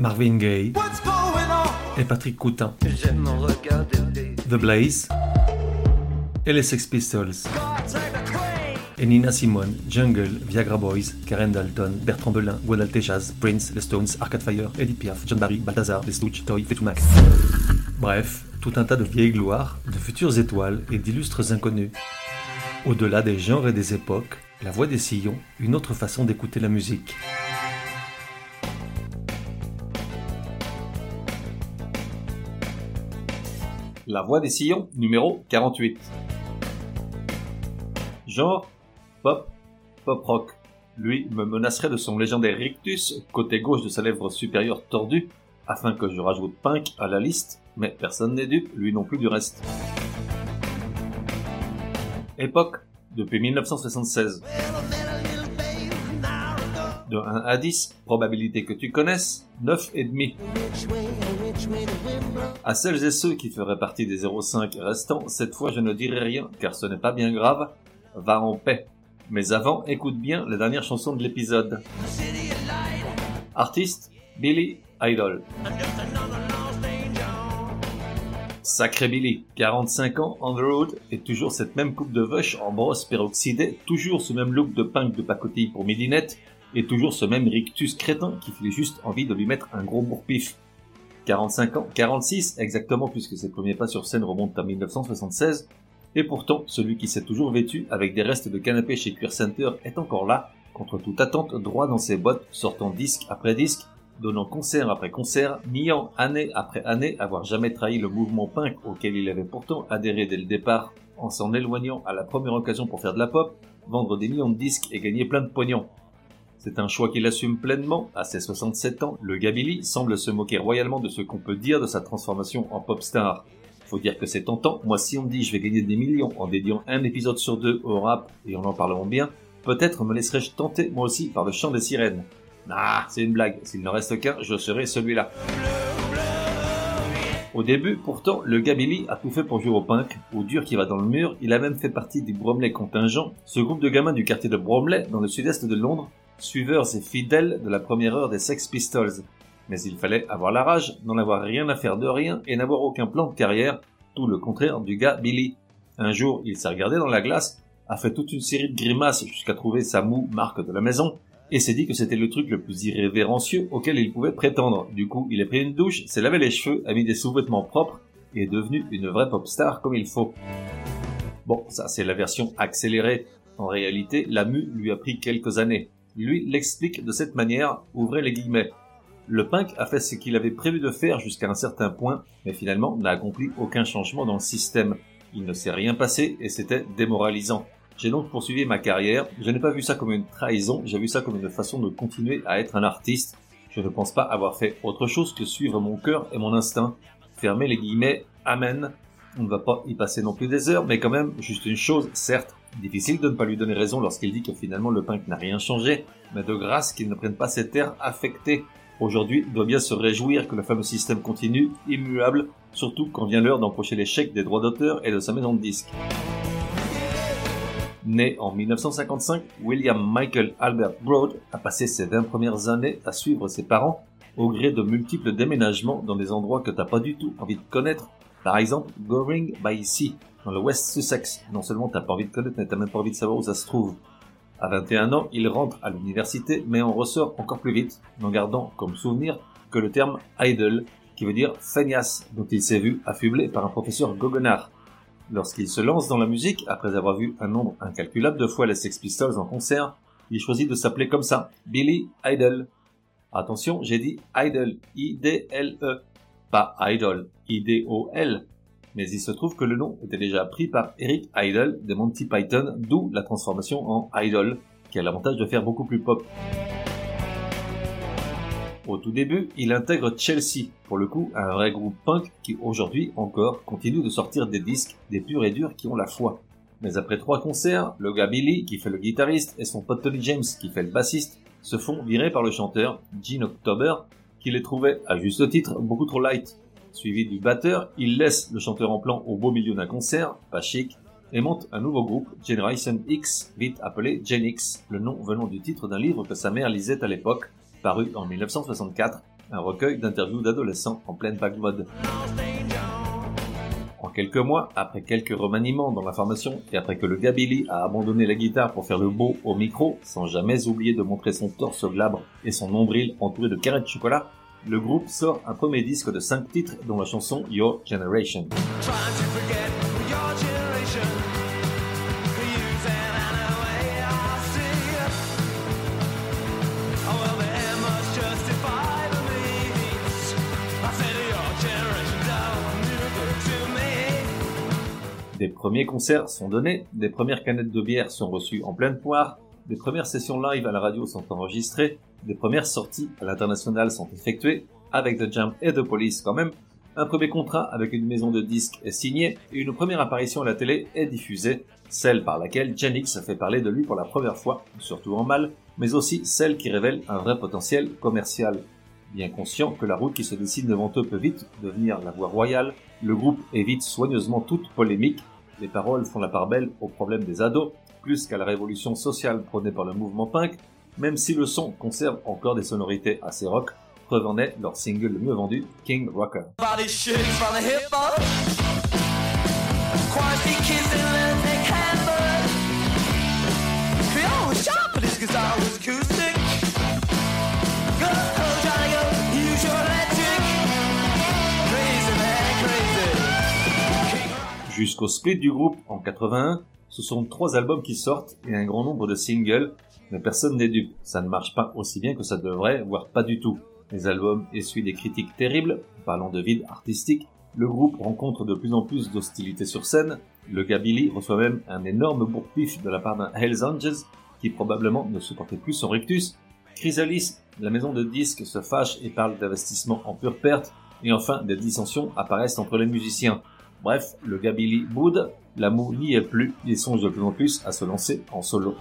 Marvin Gaye et Patrick Coutin, The Blaze et les Sex Pistols, et Nina Simone, Jungle, Viagra Boys, Karen Dalton, Bertrand Belin, Guadalté Jazz, Prince, les Stones, Arcade Fire, Edith Piaf, John Barry, Balthazar, les Stooges, Toy, Fleetwood Mac. Bref, tout un tas de vieilles gloires, de futures étoiles et d'illustres inconnus. Au-delà des genres et des époques, la voix des sillons, une autre façon d'écouter la musique. La voix des sillons, numéro 48. Genre, pop rock. Lui me menacerait de son légendaire rictus, côté gauche de sa lèvre supérieure tordue, afin que je rajoute punk à la liste, mais personne n'est dupe, lui non plus du reste. Époque, depuis 1976. De 1 à 10, probabilité que tu connaisses, 9,5. À celles et ceux qui feraient partie des 0,5 restants, cette fois je ne dirai rien, car ce n'est pas bien grave, va en paix. Mais avant, écoute bien la dernière chanson de l'épisode. Artiste, Billy Idol. Sacré Billy, 45 ans, on the road, et toujours cette même coupe de vache en brosse peroxydée, toujours ce même look de punk de pacotille pour midinette, et toujours ce même rictus crétin qui fait juste envie de lui mettre un gros bourre-pif. 45 ans, 46 exactement, puisque ses premiers pas sur scène remontent à 1976, et pourtant, celui qui s'est toujours vêtu avec des restes de canapé chez Queer Center est encore là, contre toute attente, droit dans ses bottes, sortant disque après disque, donnant concert après concert, niant année après année avoir jamais trahi le mouvement punk auquel il avait pourtant adhéré dès le départ, en s'en éloignant à la première occasion pour faire de la pop, vendre des millions de disques et gagner plein de pognon. C'est un choix qu'il assume pleinement. À ses 67 ans, le gars Billy semble se moquer royalement de ce qu'on peut dire de sa transformation en pop star. Faut dire que c'est tentant. Moi, si on me dit je vais gagner des millions en dédiant un épisode sur 2 au rap et en parlant bien, peut-être me laisserais-je tenter moi aussi par le chant des sirènes. Ah, c'est une blague. S'il ne reste qu'un, je serai celui-là. Au début, pourtant, le gars Billy a tout fait pour jouer au punk, au dur qui va dans le mur. Il a même fait partie du Bromley Contingent, ce groupe de gamins du quartier de Bromley, dans le sud-est de Londres, suiveurs et fidèles de la première heure des Sex Pistols. Mais il fallait avoir la rage, n'en avoir rien à faire de rien et n'avoir aucun plan de carrière, tout le contraire du gars Billy. Un jour, il s'est regardé dans la glace, a fait toute une série de grimaces jusqu'à trouver sa moue marque de la maison, et s'est dit que c'était le truc le plus irrévérencieux auquel il pouvait prétendre. Du coup, il a pris une douche, s'est lavé les cheveux, a mis des sous-vêtements propres, et est devenu une vraie pop star comme il faut. Bon, ça c'est la version accélérée. En réalité, la mue lui a pris quelques années. Lui l'explique de cette manière, ouvrez les guillemets. Le punk a fait ce qu'il avait prévu de faire jusqu'à un certain point, mais finalement n'a accompli aucun changement dans le système. Il ne s'est rien passé et c'était démoralisant. J'ai donc poursuivi ma carrière. Je n'ai pas vu ça comme une trahison, j'ai vu ça comme une façon de continuer à être un artiste. Je ne pense pas avoir fait autre chose que suivre mon cœur et mon instinct. Fermez les guillemets, amen. On ne va pas y passer non plus des heures, mais quand même, juste une chose, certes, difficile de ne pas lui donner raison lorsqu'il dit que finalement le punk n'a rien changé, mais de grâce qu'il ne prenne pas cet air affecté. Aujourd'hui, il doit bien se réjouir que le fameux système continue, immuable, surtout quand vient l'heure d'empocher les chèques des droits d'auteur et de sa maison de disques. Né en 1955, William Michael Albert Broad a passé ses 20 premières années à suivre ses parents au gré de multiples déménagements dans des endroits que t'as pas du tout envie de connaître. Par exemple, Goring by Sea, dans le West Sussex. Non seulement t'as pas envie de connaître, mais t'as même pas envie de savoir où ça se trouve. À 21 ans, il rentre à l'université, mais en ressort encore plus vite, n'en gardant comme souvenir que le terme idle, qui veut dire feignasse, dont il s'est vu affublé par un professeur goguenard. Lorsqu'il se lance dans la musique, après avoir vu un nombre incalculable de fois les Sex Pistols en concert, il choisit de s'appeler comme ça, Billy Idol. Attention, j'ai dit Idol, I-D-L-E, pas Idol, I-D-O-L. Mais il se trouve que le nom était déjà pris par Eric Idle de Monty Python, d'où la transformation en Idol, qui a l'avantage de faire beaucoup plus pop. Au tout début, il intègre Chelsea, pour le coup un vrai groupe punk qui aujourd'hui encore continue de sortir des disques, des purs et durs qui ont la foi. Mais après 3 concerts, le gars Billy, qui fait le guitariste, et son pote Tony James, qui fait le bassiste, se font virer par le chanteur, Gene October, qui les trouvait, à juste titre, beaucoup trop light. Suivi du batteur, il laisse le chanteur en plan au beau milieu d'un concert, pas chic, et monte un nouveau groupe, Generation X, vite appelé Gen X, le nom venant du titre d'un livre que sa mère lisait à l'époque, paru en 1964, un recueil d'interviews d'adolescents en pleine vague mode. En quelques mois, après quelques remaniements dans la formation et après que le gars Billy a abandonné la guitare pour faire le beau au micro, sans jamais oublier de montrer son torse glabre et son nombril entouré de carrés de chocolat, le groupe sort un premier disque de 5 titres dont la chanson Your Generation. Des premiers concerts sont donnés, des premières canettes de bière sont reçues en pleine poire, des premières sessions live à la radio sont enregistrées, des premières sorties à l'international sont effectuées, avec The Jam et The Police quand même, un premier contrat avec une maison de disques est signé et une première apparition à la télé est diffusée, celle par laquelle Genix a fait parler de lui pour la première fois, surtout en mal, mais aussi celle qui révèle un vrai potentiel commercial. Bien conscient que la route qui se dessine devant eux peut vite devenir la voie royale, le groupe évite soigneusement toute polémique. Les paroles font la part belle aux problèmes des ados, plus qu'à la révolution sociale prônée par le mouvement punk, même si le son conserve encore des sonorités assez rock, preuve en est leur single le mieux vendu, King Rocker. Jusqu'au split du groupe en 81, ce sont 3 albums qui sortent et un grand nombre de singles, mais personne n'est dupe. Ça ne marche pas aussi bien que ça devrait, voire pas du tout. Les albums essuient des critiques terribles, parlant de vide artistique. Le groupe rencontre de plus en plus d'hostilité sur scène. Le gars Billy reçoit même un énorme bourre-pif de la part d'un Hells Angels, qui probablement ne supportait plus son rictus. Chrysalis, la maison de disques, se fâche et parle d'investissement en pure perte. Et enfin, des dissensions apparaissent entre les musiciens. Bref, le gars Billy boude, l'amour n'y est plus, il songe de plus en plus à se lancer en solo.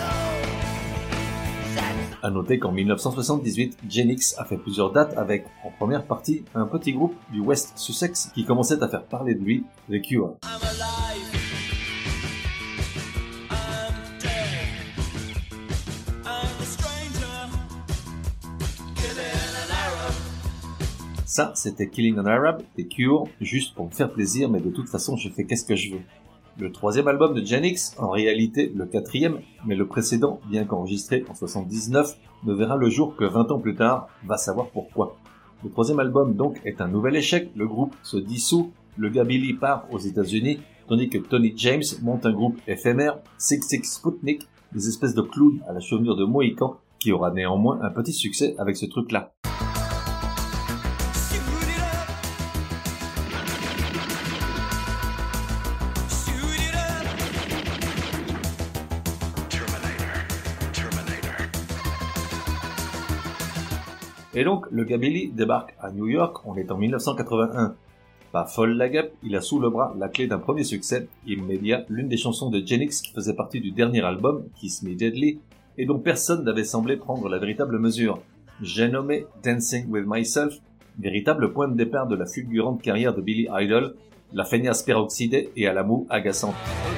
À noter qu'en 1978, Genix a fait plusieurs dates avec, en première partie, un petit groupe du West Sussex qui commençait à faire parler de lui, The Cure. Ça, c'était Killing an Arab, The Cure, juste pour me faire plaisir, mais de toute façon, je fais qu'est-ce que je veux. Le 3e album de Genix, en réalité le 4e, mais le précédent, bien qu'enregistré en 79, ne verra le jour que 20 ans plus tard, va savoir pourquoi. Le 3e album donc est un nouvel échec, le groupe se dissout, le gars Billy part aux États-Unis, tandis que Tony James monte un groupe éphémère, Six Sputnik, des espèces de clowns à la chevelure de Mohican, qui aura néanmoins un petit succès avec ce truc-là. Et donc, le gars Billy débarque à New York, on est en 1981. Pas folle la guêpe, il a sous le bras la clé d'un premier succès, immédiat, l'une des chansons de Genix qui faisait partie du dernier album, Kiss Me Deadly, et dont personne n'avait semblé prendre la véritable mesure. J'ai nommé Dancing With Myself, véritable point de départ de la fulgurante carrière de Billy Idol, la feignasse peroxydée et à la moue agaçante.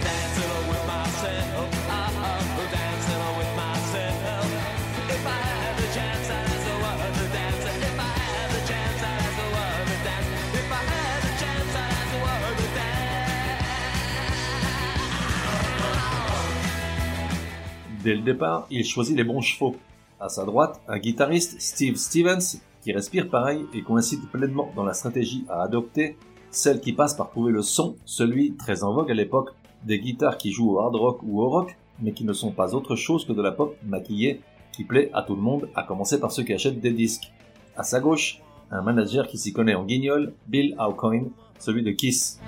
Dès le départ, il choisit les bons chevaux. À sa droite, un guitariste, Steve Stevens, qui respire pareil et coïncide pleinement dans la stratégie à adopter, celle qui passe par trouver le son, celui très en vogue à l'époque, des guitares qui jouent au hard rock ou au rock, mais qui ne sont pas autre chose que de la pop maquillée, qui plaît à tout le monde, à commencer par ceux qui achètent des disques. À sa gauche, un manager qui s'y connaît en guignol, Bill Aucoin, celui de Kiss.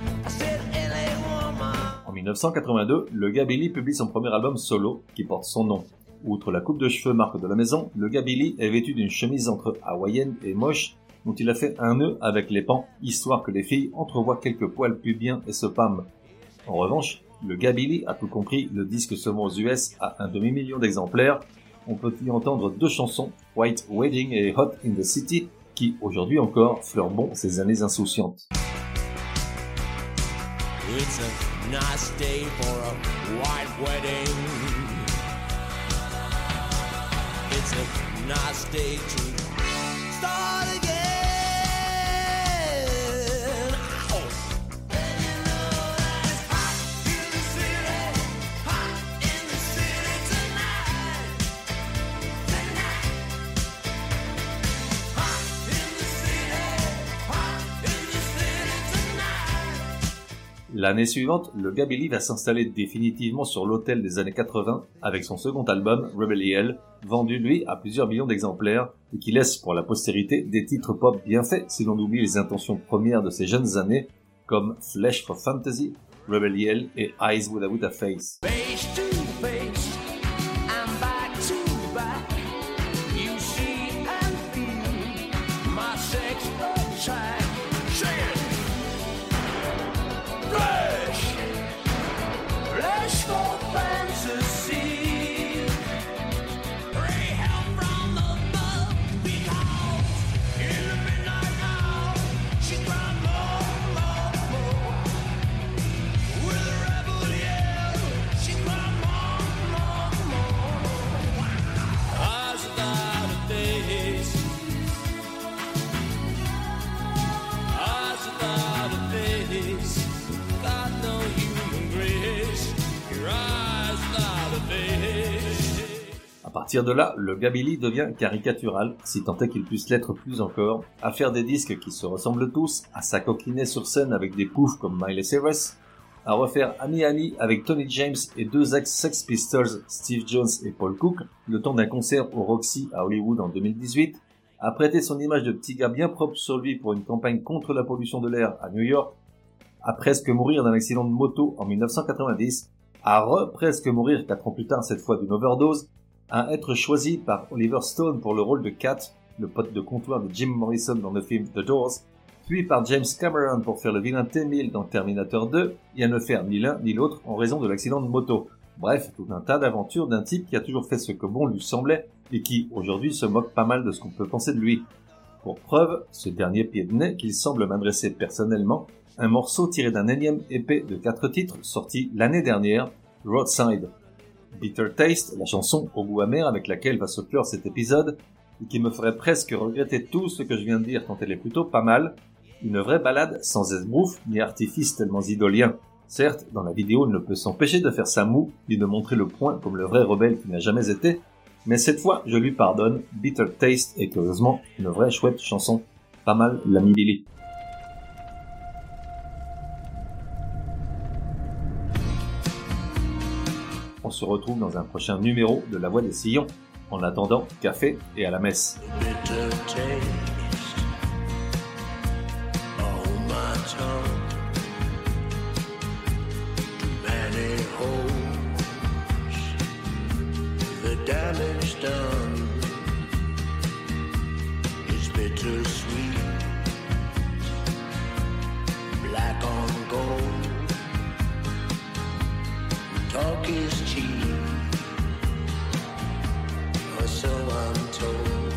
En 1982, le gars Billy publie son premier album solo, qui porte son nom. Outre la coupe de cheveux marque de la maison, le gars Billy est vêtu d'une chemise entre hawaïenne et moche, dont il a fait un nœud avec les pans, histoire que les filles entrevoient quelques poils pubiens et se pâment. En revanche, le gars Billy a tout compris, le disque se vend aux US à 1 demi-million d'exemplaires. On peut y entendre 2 chansons, White Wedding et Hot in the City, qui, aujourd'hui encore, fleurent bon ces années insouciantes. It's a nice day for a white wedding. It's a nice day to start again. Oh. And you know that it's hot in the city tonight. Tonight. Hot in the city tonight. L'année suivante, le Gabilly va s'installer définitivement sur l'autel des années 80 avec son second album, Rebel Yell, vendu lui à plusieurs millions d'exemplaires et qui laisse pour la postérité des titres pop bien faits si l'on oublie les intentions premières de ces jeunes années comme Flesh for Fantasy, Rebel Yell et Eyes Without a Face. Face to face, I'm back to back. You see and feel my sex attract. Say it. Flesh, flesh for fantasy. Pray help from above because in the midnight hour she cried more. With a rebel yell, she cried more. Eyes without a face. Eyes without a face. Got no human grace. Your eyes without a face. À partir de là, le Gabilly devient caricatural, si tant est qu'il puisse l'être plus encore, à faire des disques qui se ressemblent tous, à s'acoquiner sur scène avec des poufs comme Miley Cyrus, à refaire Annie Annie avec Tony James et deux ex-Sex Pistols, Steve Jones et Paul Cook, le temps d'un concert au Roxy à Hollywood en 2018, à prêter son image de petit gars bien propre sur lui pour une campagne contre la pollution de l'air à New York, à presque mourir d'un accident de moto en 1990, à presque mourir 4 ans plus tard cette fois d'une overdose, à être choisi par Oliver Stone pour le rôle de Cat, le pote de comptoir de Jim Morrison dans le film The Doors, puis par James Cameron pour faire le vilain T-1000 dans Terminator 2, et à ne faire ni l'un ni l'autre en raison de l'accident de moto. Bref, tout un tas d'aventures d'un type qui a toujours fait ce que bon lui semblait, et qui, aujourd'hui, se moque pas mal de ce qu'on peut penser de lui. Pour preuve, ce dernier pied de nez qu'il semble m'adresser personnellement, un morceau tiré d'un énième EP de 4 titres sorti l'année dernière, Roadside. Bitter Taste, la chanson au goût amer avec laquelle va se clore cet épisode, et qui me ferait presque regretter tout ce que je viens de dire quand elle est plutôt pas mal, une vraie balade sans esbrouf ni artifice tellement idolien. Certes, dans la vidéo, il ne peut s'empêcher de faire sa moue, ni de montrer le poing comme le vrai rebelle qui n'a jamais été, mais cette fois, je lui pardonne, Bitter Taste est curieusement une vraie chouette chanson. Pas mal l'ami Billy. On se retrouve dans un prochain numéro de La Voix des Sillons. En attendant, café et à la messe. Bitter taste on my tongue. Too many holes, the damage done is bittersweet. Black on gold, talk is cheap. So I'm told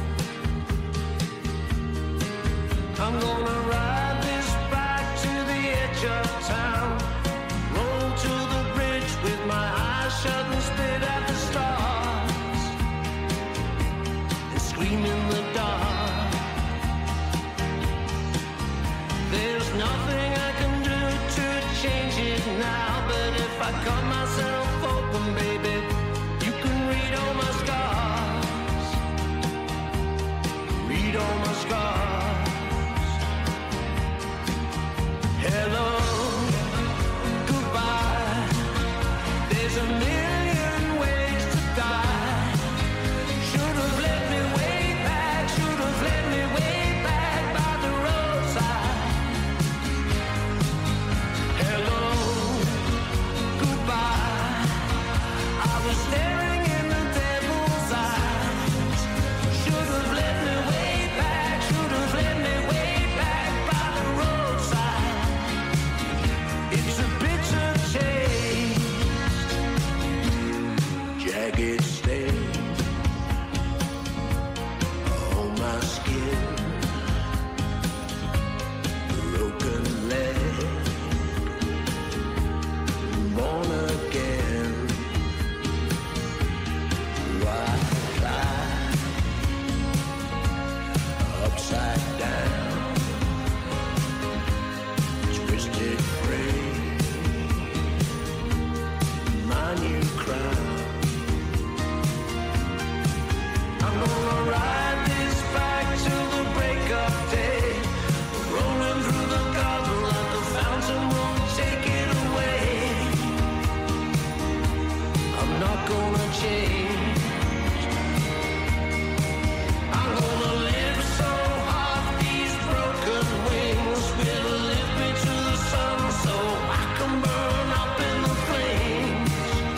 I'm gonna ride this bike to the edge of town, roll to the bridge with my eyes shut and spit at the stars, and scream in the dark. There's nothing I can do to change it now, but if I cut myself open, baby, you can read all my scars. Read all my scars. Hello, goodbye. There's a million ways to die. Should have led me way back. Should have led me way back by the roadside. Hello, goodbye. I was staring in the devil's eyes. Should have led me way back. Should have gonna ride this bike till the break of day, rolling through the garden like the fountain won't take it away. I'm not gonna change. I'm gonna live so hard these broken wings will lift me to the sun so I can burn up in the flames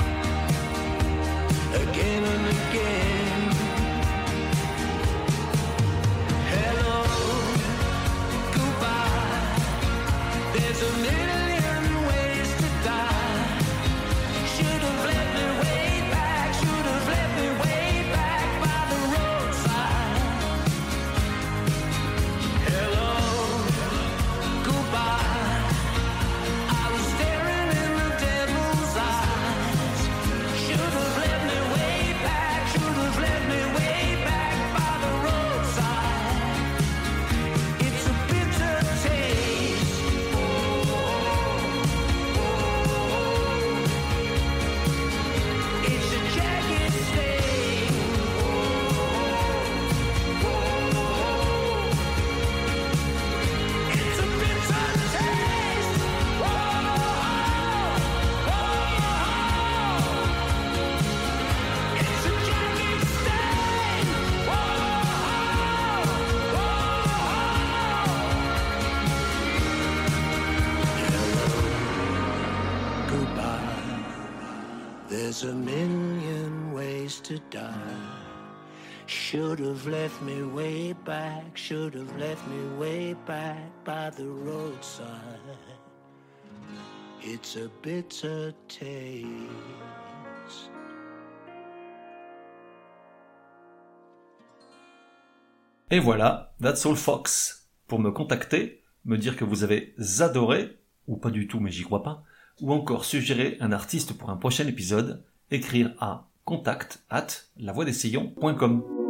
again and again. Hello, goodbye. There's a million ways to die. Should have let me way back. Should have let me way back by the roadside. Hello, goodbye. I was staring in the devil's eyes. Should have let me way back. Should have let me way back by the roadside. It's a bitter taste. It's a jagged stain. It's a bitter taste. It's a jagged stain. Goodbye. There's a million ways to die. Should have left me way back. Should have left me way back by the roadside. It's a bitter taste. Et voilà, that's all folks. Pour me contacter, me dire que vous avez adoré, ou pas du tout mais j'y crois pas, ou encore suggérer un artiste pour un prochain épisode, écrire à contact@lavoixdessillons.com.